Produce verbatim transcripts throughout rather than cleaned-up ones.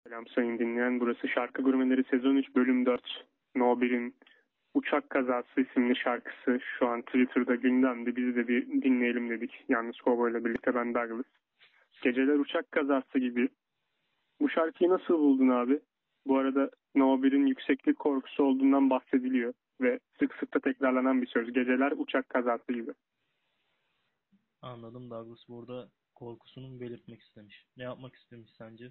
Selam sayın dinleyen. Burası Şarkı Gurmeleri Sezon üç Bölüm dört. No bir'in Uçak Kazası isimli şarkısı şu an Twitter'da gündemde. Biz de bir dinleyelim dedik. Yalnız Kobo'yla birlikte ben Douglas. Geceler uçak kazası gibi. Bu şarkıyı nasıl buldun abi? Bu arada No bir'in yükseklik korkusu olduğundan bahsediliyor. Ve sık sık da tekrarlanan bir söz. Geceler uçak kazası gibi. Anladım. Douglas burada korkusunu belirtmek istemiş. Ne yapmak istemiş sence?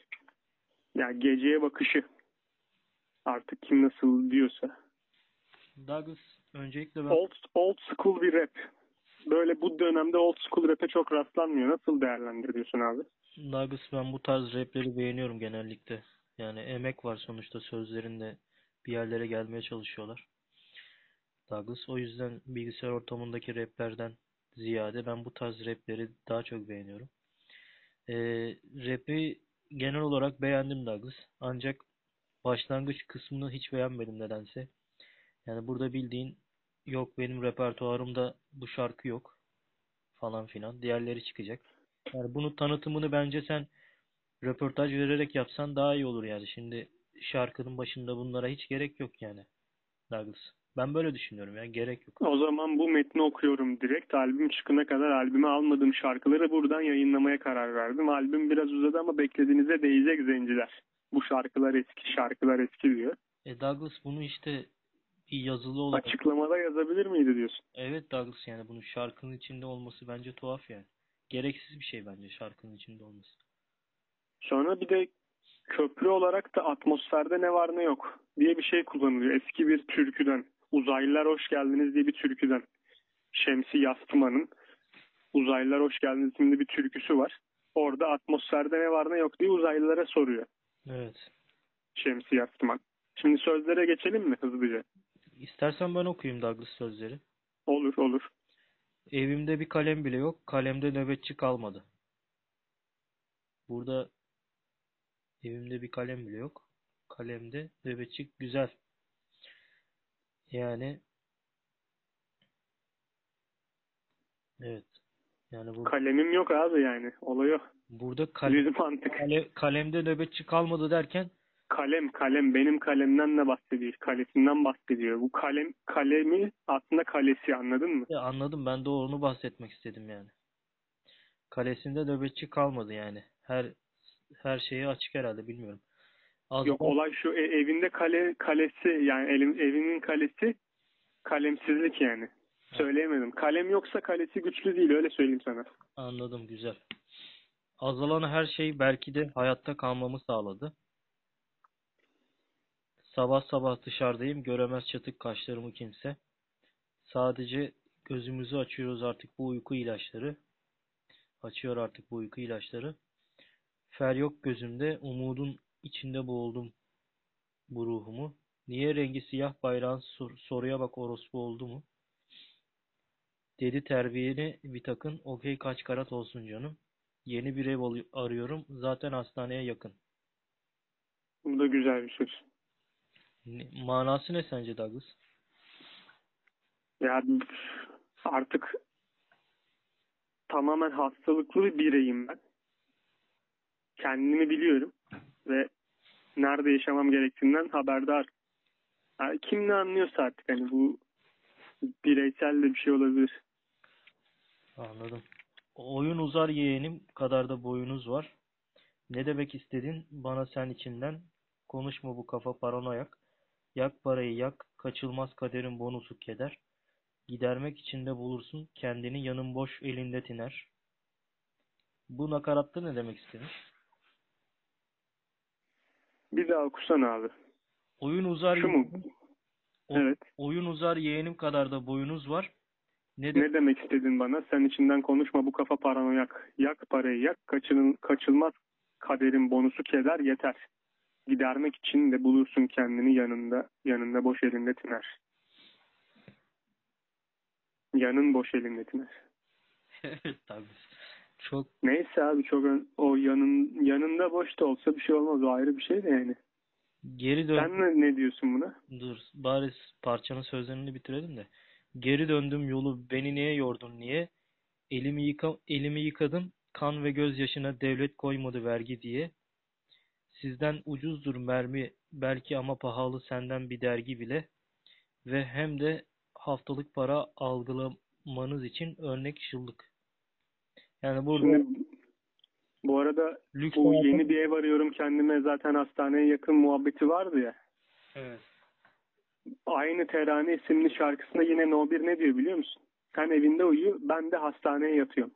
Ya geceye bakışı. Artık kim nasıl diyorsa. Douglas öncelikle ben Old, old school bir rap. Böyle bu dönemde old school rap'e çok rastlanmıyor. Nasıl değerlendiriyorsun abi? Douglas ben bu tarz rapleri beğeniyorum genellikle. Yani emek var sonuçta sözlerinde bir yerlere gelmeye çalışıyorlar. Douglas o yüzden bilgisayar ortamındaki raplerden ziyade ben bu tarz rapleri daha çok beğeniyorum. Ee, Rap'i genel olarak beğendim Douglas. Ancak başlangıç kısmını hiç beğenmedim nedense. Yani burada bildiğin yok benim repertuarımda bu şarkı yok falan filan. Diğerleri çıkacak. Yani bunu tanıtımını bence sen röportaj vererek yapsan daha iyi olur yani. Şimdi şarkının başında bunlara hiç gerek yok yani. Douglas. Ben böyle düşünüyorum ya. Gerek yok. O zaman bu metni okuyorum direkt. Albüm çıkana kadar albüme almadığım şarkıları buradan yayınlamaya karar verdim. Albüm biraz uzadı ama beklediğinize değecek zenciler. Bu şarkılar eski, şarkılar eski diyor. E Douglas bunu işte bir yazılı olarak. Açıklamada yazabilir miydi diyorsun. Evet Douglas yani bunun şarkının içinde olması bence tuhaf yani. Gereksiz bir şey bence şarkının içinde olması. Sonra bir de köprü olarak da atmosferde ne var ne yok diye bir şey kullanılıyor. Eski bir türküden. Uzaylılar hoş geldiniz diye bir türküden. Şemsi Yastıman'ın Uzaylılar hoş geldiniz isimli bir türküsü var. Orada atmosferde ne var ne yok diye uzaylılara soruyor Evet. Şemsi Yastıman. Şimdi sözlere geçelim mi hızlıca? İstersen ben okuyayım Douglas sözleri. Olur olur. Evimde bir kalem bile yok. Kalemde nöbetçi kalmadı. Burada evimde bir kalem bile yok. Kalemde nöbetçi güzel. Yani evet. Yani burada Kalemim yok abi yani. Olay o. burada kale, Düz mantık. kale- kalemde nöbetçi kalmadı derken Kalem kalem benim kalemden ne bahsediyor? Kalesinden bahsediyor. Bu kalem kalemi aslında kalesi anladın mı? ya anladım ben de onu bahsetmek istedim yani. Kalesinde nöbetçi kalmadı yani. Her her şeyi açık herhalde bilmiyorum. Yok Azalan olay şu e, evinde kale kalesi yani elim, evinin kalesi kalemsizlik yani. Söyleyemedim. Kalem yoksa kalesi güçlü değil öyle söyleyeyim sana. anladım güzel. Azalan her şey belki de hayatta kalmamı sağladı. Sabah sabah dışarıdayım göremez çatık kaşlarımı kimse. Sadece gözümüzü açıyoruz artık bu uyku ilaçları. Açıyor artık bu uyku ilaçları. Fer yok gözümde, umudun içinde boğuldum bu ruhumu. Niye rengi siyah bayrağın sor- soruya bak orospu oldu mu? Dedi terbiyeni bir takın, okey kaç karat olsun canım. Yeni bir ev alı- arıyorum, zaten hastaneye yakın. Bu da güzel bir söz. Ne- manası ne sence Douglas? Ya artık tamamen hastalıklı bir bireyim ben. Kendimi biliyorum ve nerede yaşamam gerektiğinden haberdar. Yani kim ne anlıyorsa artık hani bu bireysel de bir şey olabilir. Anladım. Oyun uzar yeğenim kadar da boyunuz var. Ne demek istedin bana sen içinden? Konuşma bu kafa paranoyak. Yak parayı yak, kaçılmaz kaderin bonusu keder. Gidermek için de bulursun kendini yanın boş elinde tiner. Bu nakaratta ne demek istemiş? Bir daha okusana abi. Oyun uzar Şu mu? yeğenim, o- Evet. oyun uzar yeğenim kadar da boyunuz var. Ne de Ne demek istedin bana? Sen içinden konuşma bu kafa paranoyak. Yak parayı yak. Kaçının, kaçılmaz kaderin bonusu keder yeter. Gidermek için de bulursun kendini yanında yanında boş elinde tiner. Yanın boş elinde tiner. evet tabii. Çok Neyse abi çok ön- o yanın yanında boş da olsa bir şey olmaz. O ayrı bir şey de yani. geri dön. Sen ne, ne diyorsun buna? Dur bari parçanın sözlerini bitirelim de. Geri döndüm yolu beni niye yordun niye? Elimi yıka elimi yıkadım kan ve gözyaşına devlet koymadı vergi diye. Sizden ucuzdur mermi belki ama pahalı senden bir dergi bile ve hem de haftalık para algılamanız için örnek şıllık. Yani burada Şimdi bu arada lüks bu hayatın... yeni bir ev arıyorum kendime, zaten hastaneye yakın muhabbeti vardı ya. Evet. Aynı Terane isimli şarkısında yine No bir ne diyor biliyor musun? Sen evinde uyu, ben de hastaneye yatıyorum.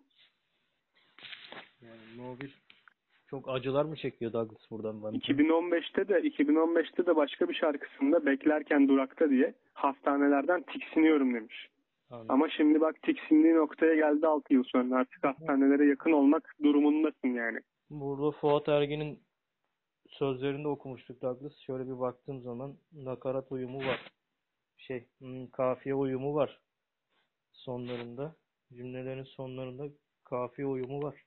Yani No bir çok acılar mı çekiyor Douglas buradan bana? iki bin on beşte de iki bin on beşte de başka bir şarkısında beklerken durakta diye hastanelerden tiksiniyorum demiş. Anladım. Ama şimdi bak tiksindiği noktaya geldi altı yıl sonra. Artık hastanelere yakın olmak durumundasın yani. Burada Fuat Ergen'in sözlerinde okumuştuk Douglas. Şöyle bir baktığım zaman nakarat uyumu var. Şey, hmm, kafiye uyumu var. Sonlarında, cümlelerin sonlarında kafiye uyumu var.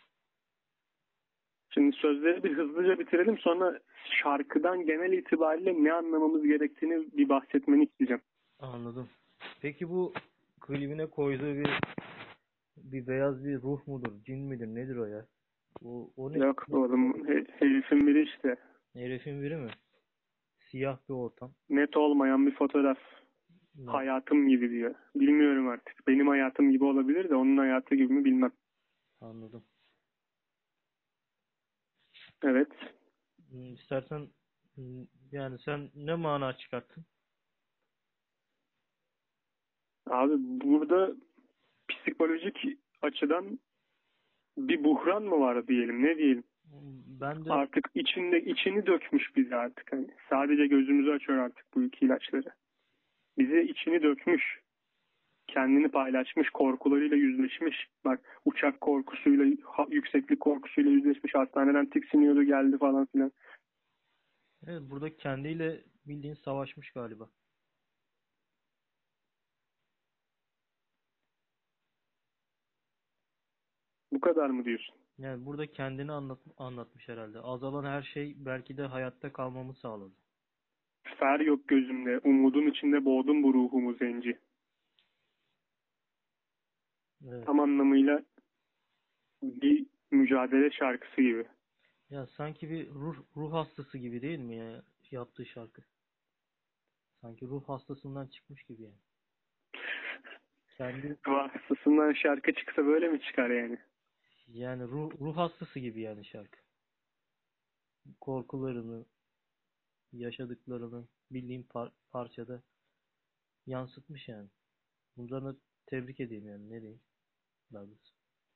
Şimdi sözleri bir hızlıca bitirelim, sonra şarkıdan genel itibariyle ne anlamamız gerektiğini bir bahsetmeni isteyeceğim. Anladım. Peki bu klibine koyduğu bir bir beyaz bir ruh mudur, cin midir, nedir o ya? O, o ne? Yok oğlum, he- herifin biri işte. Herifin biri mi? Siyah bir ortam. Net olmayan bir fotoğraf. Ne? Hayatım gibi diyor. Bilmiyorum artık. Benim hayatım gibi olabilir de onun hayatı gibi mi bilmem. Anladım. Evet. Hmm, İstersen hmm, yani sen ne mana çıkarttın? Abi burada psikolojik açıdan bir buhran mı var diyelim, ne diyelim. Ben de Artık içinde içini dökmüş bizi artık. Hani sadece gözümüzü açıyor artık bu iki ilaçları. Bize içini dökmüş. Kendini paylaşmış, korkularıyla yüzleşmiş. Bak, uçak korkusuyla, ha- yükseklik korkusuyla yüzleşmiş. Hastaneden tiksiniyordu, geldi falan filan. evet, burada kendiyle bildiğin savaşmış galiba. Bu kadar mı diyorsun? Yani burada kendini anlat, anlatmış herhalde. Azalan her şey belki de hayatta kalmamı sağladı. Fer yok gözümde, umudun içinde boğdum bu ruhumu zenci. Evet. Tam anlamıyla bir mücadele şarkısı gibi. Ya sanki bir ruh ruh hastası gibi değil mi ya yaptığı şarkı? Sanki ruh hastasından çıkmış gibi yani. Kendi Vasıtasından şarkı çıksa böyle mi çıkar yani? yani ruh ruh hastası gibi yani şarkı. Korkularını, yaşadıklarını bildiğim par parçada yansıtmış yani. Bunlarını tebrik edeyim yani ne diyeyim daha doğrusu.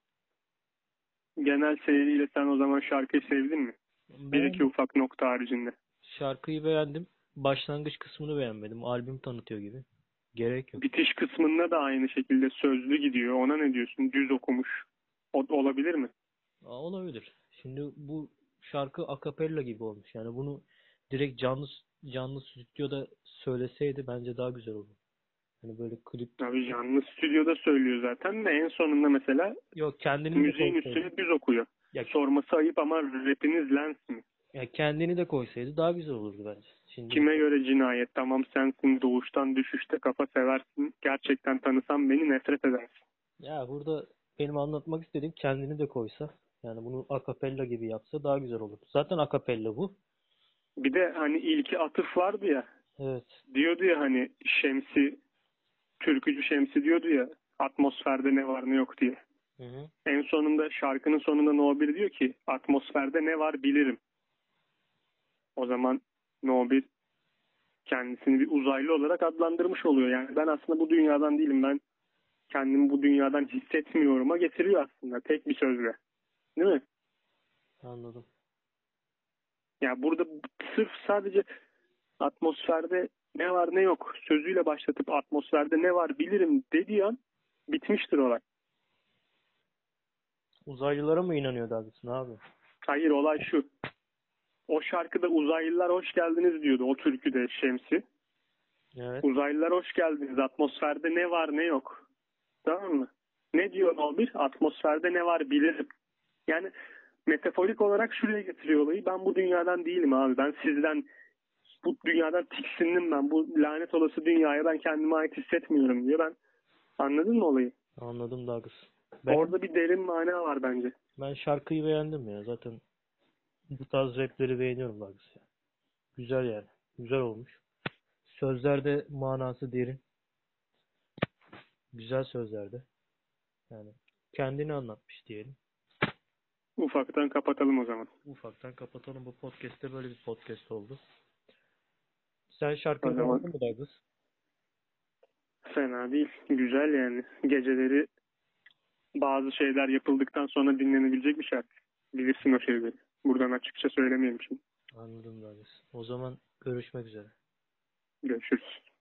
Genel seyriyle sen o zaman şarkıyı sevdin mi? Bir Ben iki ufak nokta haricinde. şarkıyı beğendim. Başlangıç kısmını beğenmedim. Albüm tanıtıyor gibi. Gerek yok. Bitiş kısmında da aynı şekilde sözlü gidiyor. Ona ne diyorsun? Düz okumuş. O, olabilir mi? Aa, olabilir. Şimdi bu şarkı akapella gibi olmuş. Yani bunu direkt canlı canlı stüdyoda söyleseydi bence daha güzel olurdu. Hani böyle klip Abi canlı stüdyoda söylüyor zaten de en sonunda mesela yok kendini de müziğin koysaydı. üstüne düz okuyor. Ya, Sorması ayıp ama rapiniz lens mi? ya kendini de koysaydı daha güzel olurdu bence. Şimdi Kime göre cinayet? Tamam, sensin, doğuştan düşüşte kafa seversin. Gerçekten tanısam beni nefret edersin. ya burada benim anlatmak istediğim kendini de koysa yani bunu akapella gibi yapsa daha güzel olurdu. Zaten akapella bu. Bir de hani ilki atıf vardı ya. Evet. Diyordu ya hani Şemsi, türkücü Şemsi diyordu ya atmosferde ne var ne yok diye. Hı hı. En sonunda şarkının sonunda No bir diyor ki atmosferde ne var bilirim. O zaman No bir kendisini bir uzaylı olarak adlandırmış oluyor. Yani ben aslında bu dünyadan değilim, ben kendimi bu dünyadan hissetmiyorum'a getiriyor aslında tek bir sözle. Değil mi? Anladım. Yani burada sırf sadece atmosferde ne var ne yok sözüyle başlatıp atmosferde ne var bilirim dediği an bitmiştir olay. Uzaylılara mı inanıyor Douglas? Ne abi? Hayır, olay şu. O şarkıda uzaylılar hoş geldiniz diyordu o türküde Şemsi. Evet. Uzaylılar hoş geldiniz. Atmosferde ne var ne yok. Tamam mı? Ne diyor o bir? Atmosferde ne var bilirim. Yani metaforik olarak şuraya getiriyor olayı. Ben bu dünyadan değilim abi. Ben sizden, bu dünyadan tiksindim ben. Bu lanet olası dünyaya ben kendime ait hissetmiyorum diyor. Ben, anladın mı olayı? Anladım Douglas. Ben, Orada bir derin mana var bence. ben şarkıyı beğendim ya. Zaten bu tarz rapleri beğeniyorum Douglas ya. Güzel yani. Güzel olmuş. Sözlerde manası derin. Güzel sözlerde. Yani kendini anlatmış diyelim. Ufaktan kapatalım o zaman. Ufaktan kapatalım. Bu podcast'te böyle bir podcast oldu. Sen O şarkını zaman beğendin mi Douglas? fena değil. Güzel yani. Geceleri bazı şeyler yapıldıktan sonra dinlenebilecek bir şarkı. Bilirsin o şeyleri. Buradan açıkça söylemeyeyim şimdi. Anladım Douglas. O zaman görüşmek üzere. Görüşürüz.